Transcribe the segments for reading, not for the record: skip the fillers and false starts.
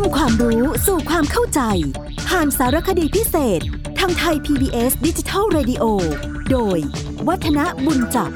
ำความรู้สู่ความเข้าใจผ่านสารคดีพิเศษทางไทย PBS Digital Radio โดยวัฒนบุญจับ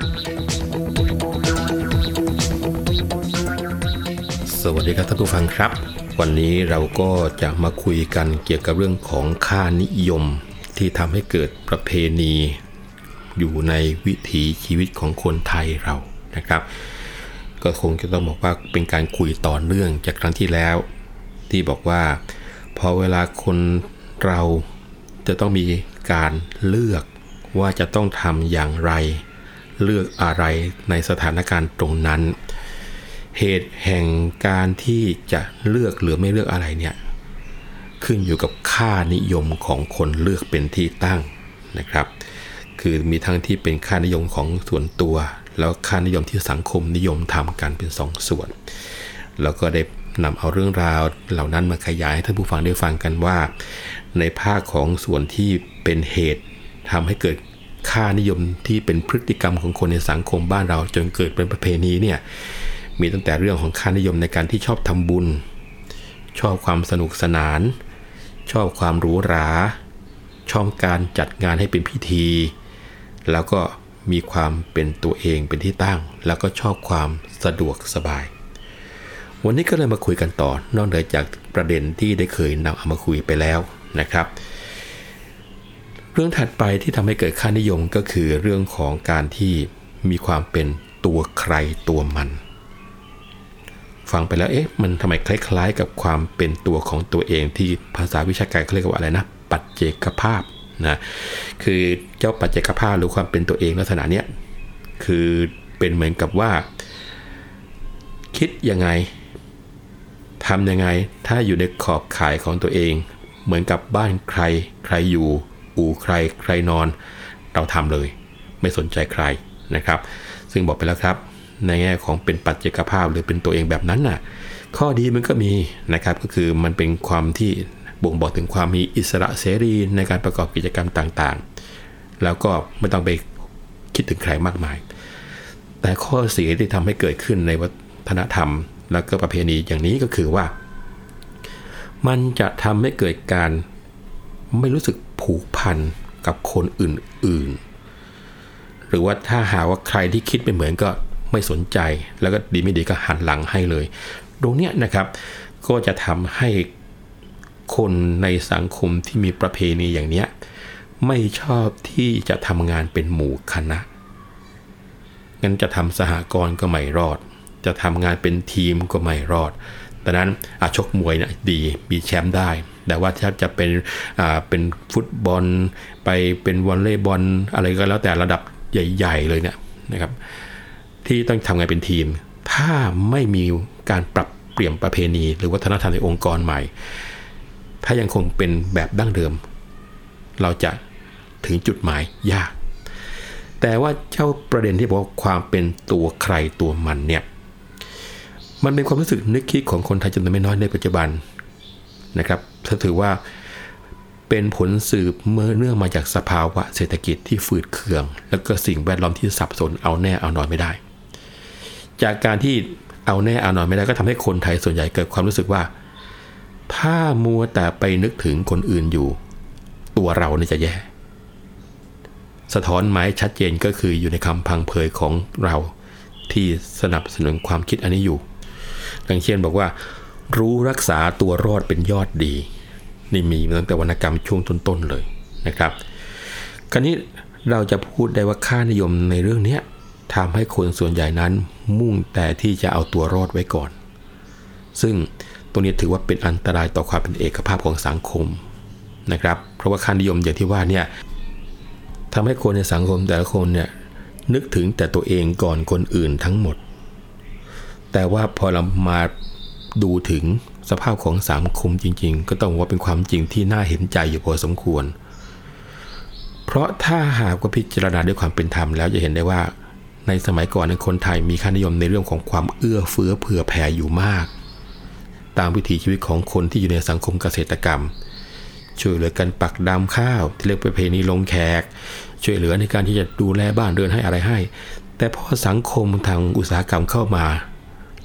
สวัสดีครับท่านผู้ฟังครับวันนี้เราก็จะมาคุยกันเกี่ยวกับเรื่องของค่านิยมที่ทำให้เกิดประเพณีอยู่ในวิถีชีวิตของคนไทยเรานะครับก็คงจะต้องบอกว่าเป็นการคุยต่อเนื่องจากครั้งที่แล้วที่บอกว่าพอเวลาคนเราจะต้องมีการเลือกว่าจะต้องทำอย่างไรเลือกอะไรในสถานการณ์ตรงนั้นเหตุแห่งการที่จะเลือกหรือไม่เลือกอะไรเนี่ยขึ้นอยู่กับค่านิยมของคนเลือกเป็นที่ตั้งนะครับคือมีทั้งที่เป็นค่านิยมของส่วนตัวแล้วค่านิยมที่สังคมนิยมทำกันเป็น2 ส่วนแล้วก็ได้นำเอาเรื่องราวเหล่านั้นมาขยายให้ท่านผู้ฟังได้ฟังกันว่าในภาคของส่วนที่เป็นเหตุทำให้เกิดค่านิยมที่เป็นพฤติกรรมของคนในสังคมบ้านเราจนเกิดเป็นประเพณีเนี่ยมีตั้งแต่เรื่องของค่านิยมในการที่ชอบทำบุญชอบความสนุกสนานชอบความหรูหราชอบการจัดงานให้เป็นพิธีแล้วก็มีความเป็นตัวเองเป็นที่ตั้งแล้วก็ชอบความสะดวกสบายวันนี้ก็เลยมาคุยกันต่อนอกเหนือจากประเด็นที่ได้เคยนำเอามาคุยไปแล้วนะครับเรื่องถัดไปที่ทำให้เกิดค่านิยมก็คือเรื่องของการที่มีความเป็นตัวใครตัวมันฟังไปแล้วมันทำไมคล้ายๆกับความเป็นตัวของตัวเองที่ภาษาวิชาการเขาเรียกว่าอะไรนะปัจเจกภาพนะคือเจ้าปัจเจกภาพหรือความเป็นตัวเองลักษณะเนี้ยคือเป็นเหมือนกับว่าคิดยังไงทำยังไงถ้าอยู่ในขอบข่ายของตัวเองเหมือนกับบ้านใครใครอยู่อู่ใครใครนอนเราทำเลยไม่สนใจใครนะครับซึ่งบอกไปแล้วครับในแง่ของเป็นปัจเจกภาพหรือเป็นตัวเองแบบนั้นน่ะข้อดีมันก็มีนะครับก็คือมันเป็นความที่บ่งบอกถึงความมีอิสระเสรีในการประกอบกิจกรรมต่างๆแล้วก็ไม่ต้องไปคิดถึงใครมากมายแต่ข้อเสียที่ทำให้เกิดขึ้นในวัฒนธรรมแล้วก็ประเพณีอย่างนี้ก็คือว่ามันจะทำให้เกิดการไม่รู้สึกผูกพันกับคนอื่นๆหรือว่าถ้าหาว่าใครที่คิดไม่เหมือนก็ไม่สนใจแล้วก็ดีไม่ดีก็หันหลังให้เลยตรงนี้นะครับก็จะทำให้คนในสังคมที่มีประเพณีอย่างนี้ไม่ชอบที่จะทำงานเป็นหมู่คณะงั้นจะทำสหกรณ์ก็ไม่รอดจะทำงานเป็นทีมก็ไม่รอดดังนั้นชกมวยนะดีมีแชมป์ได้แต่ว่าถ้าจะเป็นฟุตบอลไปเป็นวอลเลย์บอลอะไรก็แล้วแต่ระดับใหญ่ๆเลยเนี่ยนะครับที่ต้องทำงานเป็นทีมถ้าไม่มีการปรับเปลี่ยนประเพณีหรือวัฒนธรรมในองค์กรใหม่ถ้ายังคงเป็นแบบดั้งเดิมเราจะถึงจุดหมายยากแต่ว่าเจ้าประเด็นที่บอกว่าความเป็นตัวใครตัวมันเนี่ยมันเป็นความรู้สึกนึกคิดของคนไทยจำนวนไม่น้อยในปัจจุบันนะครับถือว่าเป็นผลสืบเนื่องมาจากสภาวะเศรษฐกิจที่ฝืดเคืองแล้วก็สิ่งแวดล้อมที่สับสนเอาแน่เอานอนไม่ได้จากการที่เอาแน่เอานอนไม่ได้ก็ทำให้คนไทยส่วนใหญ่เกิดความรู้สึกว่าถ้ามัวแต่ไปนึกถึงคนอื่นอยู่ตัวเราเนี่ยจะแย่สะท้อนหมายชัดเจนก็คืออยู่ในคำพังเพยของเราที่สนับสนุนความคิดอันนี้อยู่ดังเช่นบอกว่ารู้รักษาตัวรอดเป็นยอดดีนี่มีมาตั้งแต่วรรณกรรมช่วงต้นๆเลยนะครับคราวนี้เราจะพูดได้ว่าค่านิยมในเรื่องนี้ทำให้คนส่วนใหญ่นั้นมุ่งแต่ที่จะเอาตัวรอดไว้ก่อนซึ่งตรงนี้ถือว่าเป็นอันตรายต่อความเป็นเอกภาพของสังคมนะครับเพราะว่าค่านิยมอย่างที่ว่าเนี่ยทำให้คนในสังคมแต่ละคนเนี่ยนึกถึงแต่ตัวเองก่อนคนอื่นทั้งหมดแต่ว่าพอเรามาดูถึงสภาพของสังคมจริงๆก็ต้องว่าเป็นความจริงที่น่าเห็นใจอยู่พอสมควรเพราะถ้าหากว่าพิจารณาด้วยความเป็นธรรมแล้วจะเห็นได้ว่าในสมัยก่อนคนไทยมีค่านิยมในเรื่องของความเอื้อเฟื้อเผื่อแผ่อยู่มากตามวิถีชีวิตของคนที่อยู่ในสังคมเกษตรกรรมช่วยเหลือกันปักดำข้าวที่เรียกประเพณีลงแขกช่วยเหลือในการที่จะดูแลบ้านเรือนให้อะไรให้แต่พอสังคมทางอุตสาหกรรมเข้ามา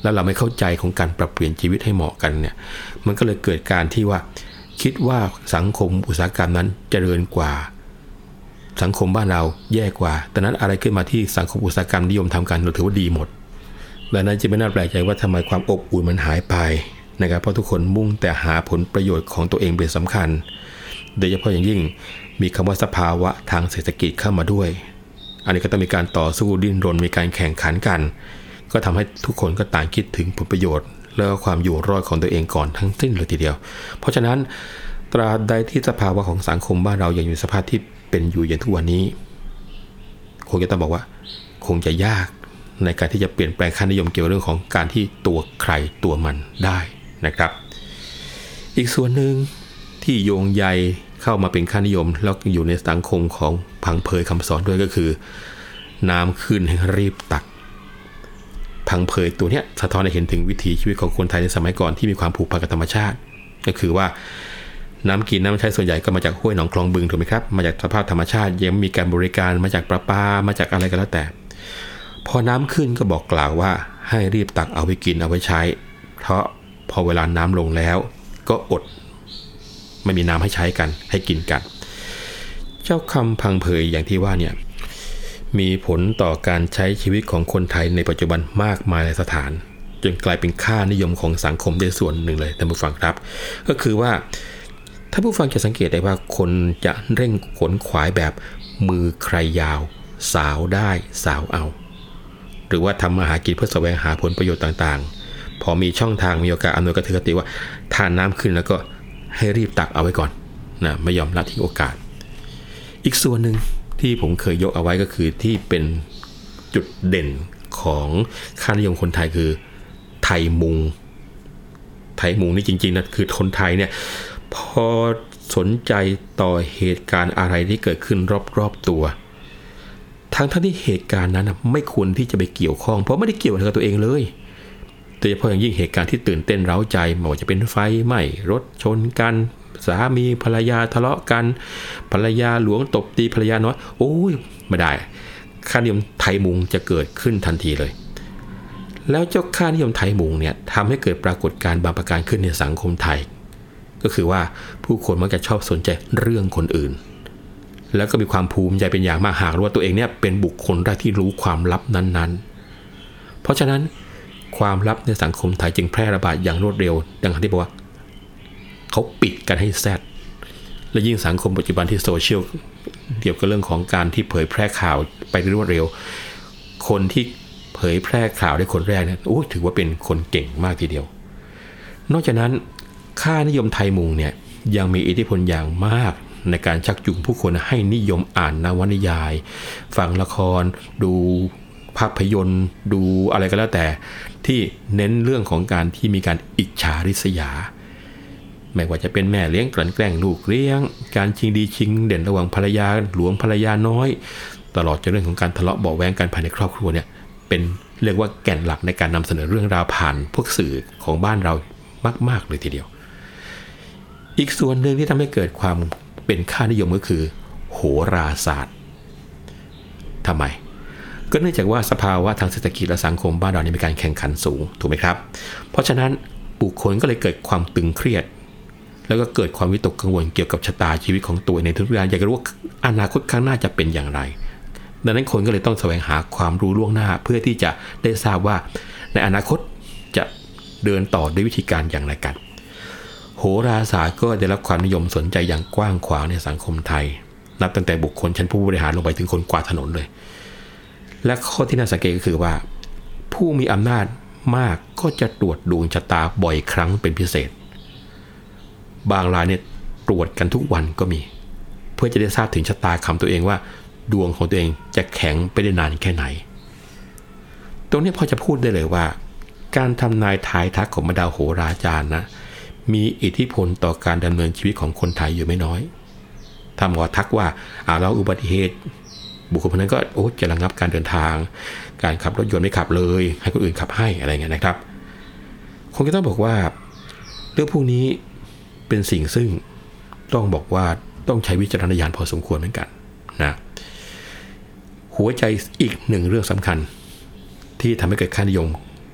แล้วเราไม่เข้าใจของการปรับเปลี่ยนชีวิตให้เหมาะกันเนี่ยมันก็เลยเกิดการที่ว่าคิดว่าสังคมอุตสาหกรรมนั้นเจริญกว่าสังคมบ้านเราแย่กว่าแต่นั้นอะไรขึ้นมาที่สังคมอุตสาหกรรมนิยมทำกันเราถือว่าดีหมดดังนั้นจึงไม่น่าแปลกใจว่าทำไมความอบอุ่นมันหายไปนะครับเพราะทุกคนมุ่งแต่หาผลประโยชน์ของตัวเองเป็นสำคัญโดยเฉพาะอย่างยิ่งมีคำว่าสภาวะทางเศรษฐกิจเข้ามาด้วยอันนี้ก็ต้องมีการต่อสู้ดิ้นรนมีการแข่งขันกันก็ทำให้ทุกคนก็ต่างคิดถึงผลประโยชน์และความอยู่รอดของตัวเองก่อนทั้งสิ้นเลยทีเดียวเพราะฉะนั้นตราบใดที่สภาวะของสังคมบ้านเรายังอยู่สภาพที่เป็นอยู่อย่างทุกวันนี้คงจะต้องบอกว่าคงจะยากในการที่จะเปลี่ยนแปลงค่านิยมเกี่ยวกับเรื่องของการที่ตัวใครตัวมันได้นะครับอีกส่วนหนึ่งที่โยงใยเข้ามาเป็นค่านิยมแล้วอยู่ในสังคมของพังเพยคำสอนด้วยก็คือน้ำขึ้นให้รีบตักพังเพยตัวเนี้ยสะท้อนให้เห็นถึงวิถีชีวิตของคนไทยในสมัยก่อนที่มีความผูกพันกับธรรมชาติก็คือว่าน้ำกินน้ำใช้ส่วนใหญ่ก็มาจากห้วยหนองคลองบึงถูกไหมครับมาจากสภาพธรรมชาติยังมีการบริการมาจากประปามาจากอะไรก็แล้วแต่พอน้ำขึ้นก็บอกกล่าวว่าให้รีบตักเอาไว้กินเอาไว้ใช้เพราะพอเวลาน้ำลงแล้วก็อดไม่มีน้ำให้ใช้กันให้กินกันเจ้าคำพังเพยอย่างที่ว่าเนี่ยมีผลต่อการใช้ชีวิตของคนไทยในปัจจุบันมากมายหลายสถานจนกลายเป็นค่านิยมของสังคมได้ส่วนหนึ่งเลยท่านผู้ฟังครับก็คือว่าถ้าผู้ฟังจะสังเกตได้ว่าคนจะเร่งขนขวายแบบมือใครยาวสาวได้สาวเอาหรือว่าทำมาหากินเพื่อแสวงหาผลประโยชน์ต่างๆพอมีช่องทางมีโอกาสอำนวยกระเทือกติว่าทานน้ำขึ้นแล้วก็ให้รีบตักเอาไว้ก่อนนะไม่ยอมละทิ้งโอกาสอีกส่วนหนึ่งที่ผมเคยยกเอาไว้ก็คือที่เป็นจุดเด่นของค่านิยมคนไทยคือไทยมุงนี่จริงๆนะคือคนไทยเนี่ยพอสนใจต่อเหตุการณ์อะไรที่เกิดขึ้นรอบๆตัวทั้งที่เหตุการณ์นั้นไม่ควรที่จะไปเกี่ยวข้องเพราะไม่ได้เกี่ยวกับตัวเองเลยโดยเฉพาะอย่างยิ่งเหตุการณ์ที่ตื่นเต้นเร้าใจไม่ว่าจะเป็นไฟไหม้รถชนกันสามีภรรยาทะเลาะกันภรรยาหลวงตบตีภรรยาน้อยโอ้ยไม่ได้ค่านิยมไทยมุงจะเกิดขึ้นทันทีเลยแล้วเจ้าค่านิยมไทยมุงเนี่ยทำให้เกิดปรากฏการณ์บางประการขึ้นในสังคมไทยก็คือว่าผู้คนมักจะชอบสนใจเรื่องคนอื่นแล้วก็มีความภูมิใจเป็นอย่างมากหากรู้ว่าตัวเองเนี่ยเป็นบุคคลแรกที่รู้ความลับนั้นๆเพราะฉะนั้นความลับในสังคมไทยจึงแพร่ระบาดอย่างรวดเร็วดังที่บอกว่าเขาปิดกันให้แซดและยิ่งสังคมปัจจุบันที่โซเชียลเกี่ยวกับเรื่องของการที่เผยแพร่ข่าวไปรวดเร็วคนที่เผยแพร่ข่าวได้คนแรกเนี่ยถือว่าเป็นคนเก่งมากทีเดียวนอกจากนั้นค่านิยมไทยมุงเนี่ยยังมีอิทธิพลอย่างมากในการชักจูงผู้คนให้นิยมอ่านนวนิยายฟังละครดูภาพยนตร์ดูอะไรก็แล้วแต่ที่เน้นเรื่องของการที่มีการอิจฉาริษยาไม่ว่าจะเป็นแม่เลี้ยงกลั่นแกล้งลูกเลี้ยงการชิงดีชิงเด่นระหว่างภรรยาหลวงภรรยาน้อยตลอดจนเรื่องของการทะเลาะเบาะแว้งกันภายในครอบครัวเนี่ยเป็นเรียกว่าแก่นหลักในการนำเสนอเรื่องราวผ่านพวกสื่อของบ้านเรามากๆเลยทีเดียวอีกส่วนหนึ่งที่ทำให้เกิดความเป็นค่านิยมก็คือโหราศาสตร์ทำไมก็เนื่องจากว่าสภาวะทางเศรษฐกิจและสังคมบ้านเรามีการแข่งขันสูงถูกไหมครับเพราะฉะนั้นบุคคลก็เลยเกิดความตึงเครียดแล้วก็เกิดความวิตกกังวลเกี่ยวกับชะตาชีวิตของตัวในทุกอย่างอยากจะรู้ว่าอนาคตข้างหน้าจะเป็นอย่างไรดังนั้นคนก็เลยต้องแสวงหาความรู้ล่วงหน้าเพื่อที่จะได้ทราบว่าในอนาคตจะเดินต่อด้วยวิธีการอย่างไรกันโหราศาสตร์ก็ได้รับความนิยมสนใจอย่างกว้างขวางในสังคมไทยนับตั้งแต่บุคคลชั้นผู้บริหารลงไปถึงคนกวาดถนนเลยและข้อที่น่าสังเกตก็คือว่าผู้มีอำนาจมากก็จะตรวจดวงชะตาบ่อยครั้งเป็นพิเศษบางรายเนี่ยตรวจกันทุกวันก็มีเพื่อจะได้ทราบถึงชะตาคำตัวเองว่าดวงของตัวเองจะแข็งไปได้นานแค่ไหนตรงนี้พอจะพูดได้เลยว่าการทำนายทายทักของบรรดาโหราจารย์นะมีอิทธิพลต่อการดำเนินชีวิตของคนไทยอยู่ไม่น้อยถ้าหมอทักว่าเราอุบัติเหตุบุคคลคนนั้นก็จะระงับการเดินทางการขับรถยนต์ไม่ขับเลยให้คนอื่นขับให้อะไรเงี้ยนะครับคงจะต้องบอกว่าเรื่องพวกนี้เป็นสิ่งซึ่งต้องบอกว่าต้องใช้วิจารณญาณพอสมควรเหมือนกันนะหัวใจอีกหนึ่งเรื่องสำคัญที่ทำให้เกิดค่านิยมท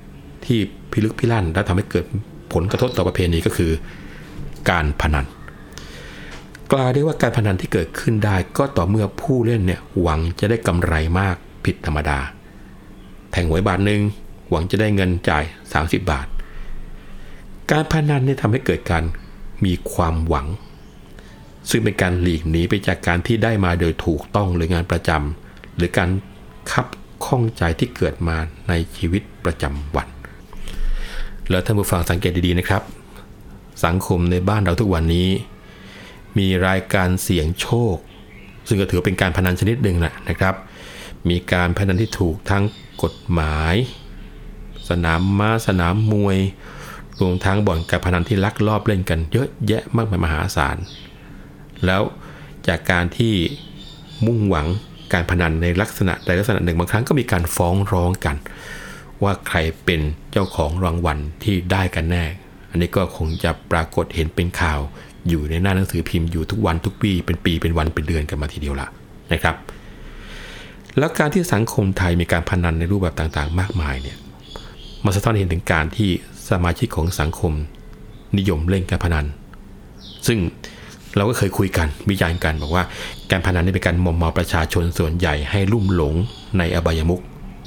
ที่พิลึกพิลั่นและทำให้เกิดผลกระทบต่อประเพณีก็คือการพนันกล่าวได้ว่าการพนันที่เกิดขึ้นได้ก็ต่อเมื่อผู้เล่นเนี่ยหวังจะได้กำไรมากผิดธรรมดาแทงหวยบาทนึงหวังจะได้เงินจ่าย30 บาทการพนันเนี่ยทำให้เกิดการมีความหวังซึ่งเป็นการหลีกหนีไปจากการที่ได้มาโดยถูกต้องหรืองานประจำหรือการคับข้องใจที่เกิดมาในชีวิตประจำวันแล้วท่านผู้ฟังสังเกตดีๆนะครับสังคมในบ้านเราทุกวันนี้มีรายการเสี่ยงโชคซึ่งก็ถือเป็นการพนันชนิดหนึ่งนะครับมีการพนันที่ถูกทั้งกฎหมายสนามม้าสนามมวยรวมทั้งบ่อนการพนันที่ลักลอบเล่นกันเยอะแยะมากมายมหาศาลแล้วจากการที่มุ่งหวังการพนันในลักษณะใดลักษณะหนึ่งบางครั้งก็มีการฟ้องร้องกันว่าใครเป็นเจ้าของรางวัลที่ได้กันแน่อันนี้ก็คงจะปรากฏเห็นเป็นข่าวอยู่ในหน้าหนังสือพิมพ์อยู่ทุกวันทุกปีเป็นปีเป็นวันเป็นเดือนกันมาทีเดียวละนะครับแล้วการที่สังคมไทยมีการพนันในรูปแบบต่างๆมากมายเนี่ยมันสะท้อนเห็นถึงการที่สมาชิกของสังคมนิยมเล่นการพนันซึ่งเราก็เคยคุยกันวิจารณ์กันบอกว่าการพนันนี่เป็นการมอมเมาประชาชนส่วนใหญ่ให้ลุ่มหลงในอบายมุข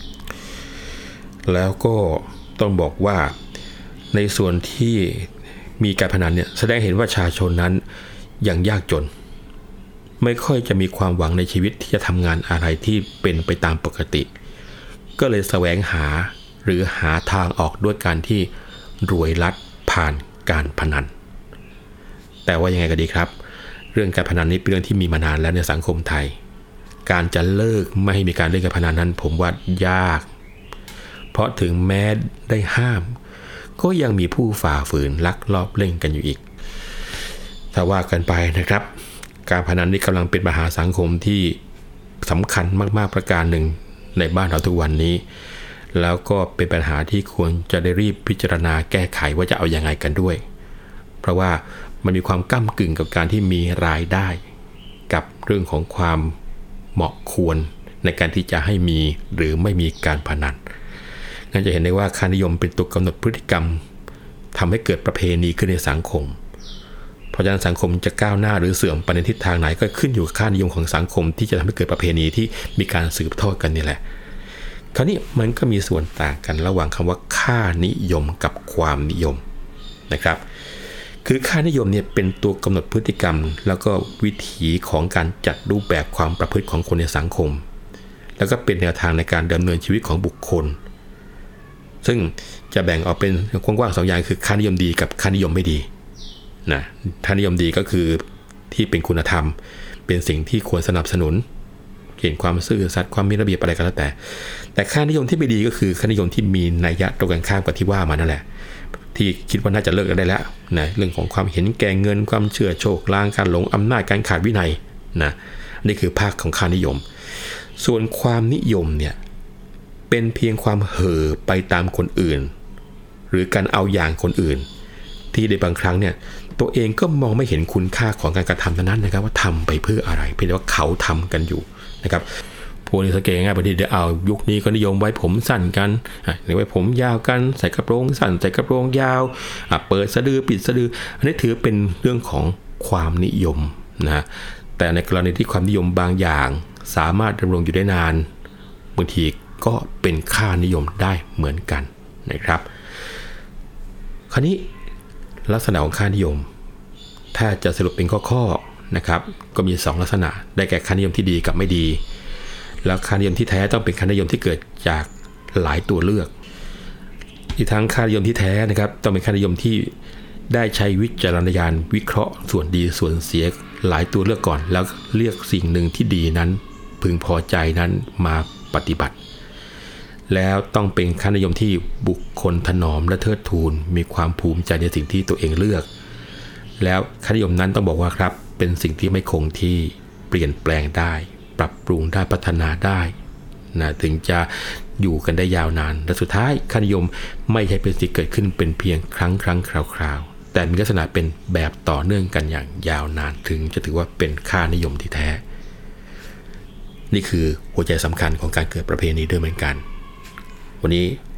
แล้วก็ต้องบอกว่าในส่วนที่มีการพนันเนี่ยแสดงเห็นว่าประชาชนนั้นยังยากจนไม่ค่อยจะมีความหวังในชีวิตที่จะทำงานอะไรที่เป็นไปตามปกติก็เลยแสวงหาหรือหาทางออกด้วยการที่รวยลัดผ่านการพนันแต่ว่ายังไงก็ดีครับเรื่องการพนันนี้เป็นเรื่องที่มีมานานแล้วในสังคมไทยการจะเลิกไม่ให้มีการเล่นการพนันนั้นผมว่ายากเพราะถึงแม้ได้ห้ามก็ยังมีผู้ฝ่าฝืนลักลอบเล่นกันอยู่อีกถ้าว่ากันไปนะครับการพนันนี้กำลังเป็นปัญหาสังคมที่สำคัญมากๆประการหนึ่งในบ้านเราทุกวันนี้แล้วก็เป็นปัญหาที่ควรจะได้รีบพิจารณาแก้ไขว่าจะเอายังไงกันด้วยเพราะว่ามันมีความก้ำกึ่งกับการที่มีรายได้กับเรื่องของความเหมาะควรในการที่จะให้มีหรือไม่มีการพนันงั้นจะเห็นได้ว่าค่านิยมเป็นตัวกำหนดพฤติกรรมทำให้เกิดประเพณีขึ้นในสังคมเพราะฉะนั้นสังคมจะก้าวหน้าหรือเสื่อมไปในทิศทางไหนก็ขึ้นอยู่กับค่านิยมของสังคมที่จะทำให้เกิดประเพณีที่มีการสืบทอดกันนี่แหละคราวนี้มันก็มีส่วนต่างกันระหว่างคำว่าค่านิยมกับความนิยมนะครับคือค่านิยมเนี่ยเป็นตัวกำหนดพฤติกรรมแล้วก็วิถีของการจัดรูปแบบความประพฤติของคนในสังคมแล้วก็เป็นแนวทางในการดำเนินชีวิตของบุคคลซึ่งจะแบ่งออกเป็นกว้างๆ2อย่างคือค่านิยมดีกับค่านิยมไม่ดีนะค่านิยมดีก็คือที่เป็นคุณธรรมเป็นสิ่งที่ควรสนับสนุนเห็นความซื่อสัตย์ความมีระเบียบอะไรก็แล้วแต่ค่านิยมที่ไม่ดีก็คือค่านิยมที่มีนัยยะตรงกันข้ามกับที่ว่ามานั่นแหละที่คิดว่าน่าจะเลิกกันได้แล้วนะเรื่องของความเห็นแก่เงินความเชื่อโชคลางการหลงอำนาจการขาดวินัยนะนี่คือภาคของค่านิยมส่วนความนิยมเนี่ยเป็นเพียงความเห่อไปตามคนอื่นหรือการเอาอย่างคนอื่นที่ในบางครั้งเนี่ยตัวเองก็มองไม่เห็นคุณค่าของการกระทำนั้นนะครับว่าทำไปเพื่ออะไรเพียงแต่ว่าเขาทำกันอยู่นะครับพวกนี้สังเกตง่ายบางทีเดี๋ยวเอายุคนี้ก็นิยมไว้ผมสั้นกันหรือไว้ผมยาวกันใส่กระโปรงสั้นใส่กระโปรงยาวเปิดสะดือปิดสะดืออันนี้ถือเป็นเรื่องของความนิยมนะแต่ในกรณีที่ความนิยมบางอย่างสามารถดำรงอยู่ได้นานบางทีก็เป็นค่านิยมได้เหมือนกันนะครับคราวนี้ลักษณะของค่านิยมถ้าจะสรุปเป็นข้อๆนะครับก็มี2ลักษณะได้แก่ค่านิยมที่ดีกับไม่ดีแล้วค่านิยมที่แท้ต้องเป็นค่านิยมที่เกิดจากหลายตัวเลือกอีกทั้งค่านิยมที่แท้นะครับต้องเป็นค่านิยมที่ได้ใช้วิจารณญาณวิเคราะห์ส่วนดีส่วนเสียหลายตัวเลือกก่อนแล้วเลือกสิ่งหนึ่งที่ดีนั้นพึงพอใจนั้นมาปฏิบัติแล้วต้องเป็นค่านิยมที่บุคคลถนอมและเทิดทูนมีความภูมิใจในสิ่งที่ตัวเองเลือกแล้วค่านิยมนั้นต้องบอกว่าครับเป็นสิ่งที่ไม่คงที่เปลี่ยนแปลงได้ปรับปรุงได้พัฒนาได้นะถึงจะอยู่กันได้ยาวนานและสุดท้ายค่านิยมไม่ใช่เป็นสิ่งเกิดขึ้นเป็นเพียงครั้งคราวๆแต่มีลักษณะเป็นแบบต่อเนื่องกันอย่างยาวนานถึงจะถือว่าเป็นค่านิยมที่แท้นี่คือหัวใจสำคัญของการเกิดประเพณีด้วยเหมือนกันวันนี้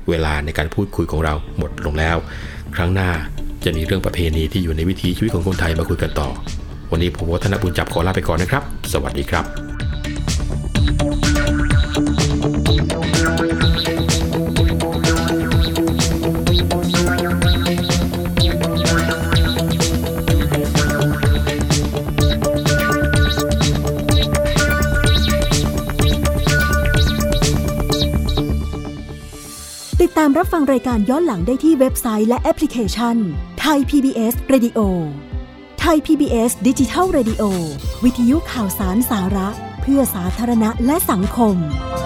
เวลาในการพูดคุยของเราหมดลงแล้วครั้งหน้าจะมีเรื่องประเพณีที่อยู่ในวิถีชีวิตของคนไทยมาคุยกันต่อวันนี้ผมวัฒนบุญจับขอลาไปก่อนนะครับสวัสดีครับติดตามรับฟังรายการย้อนหลังได้ที่เว็บไซต์และแอปพลิเคชัน Thai PBS Radio Thai PBS Digital Radio วิทยุข่าวสารสาระเพื่อสาธารณะและสังคม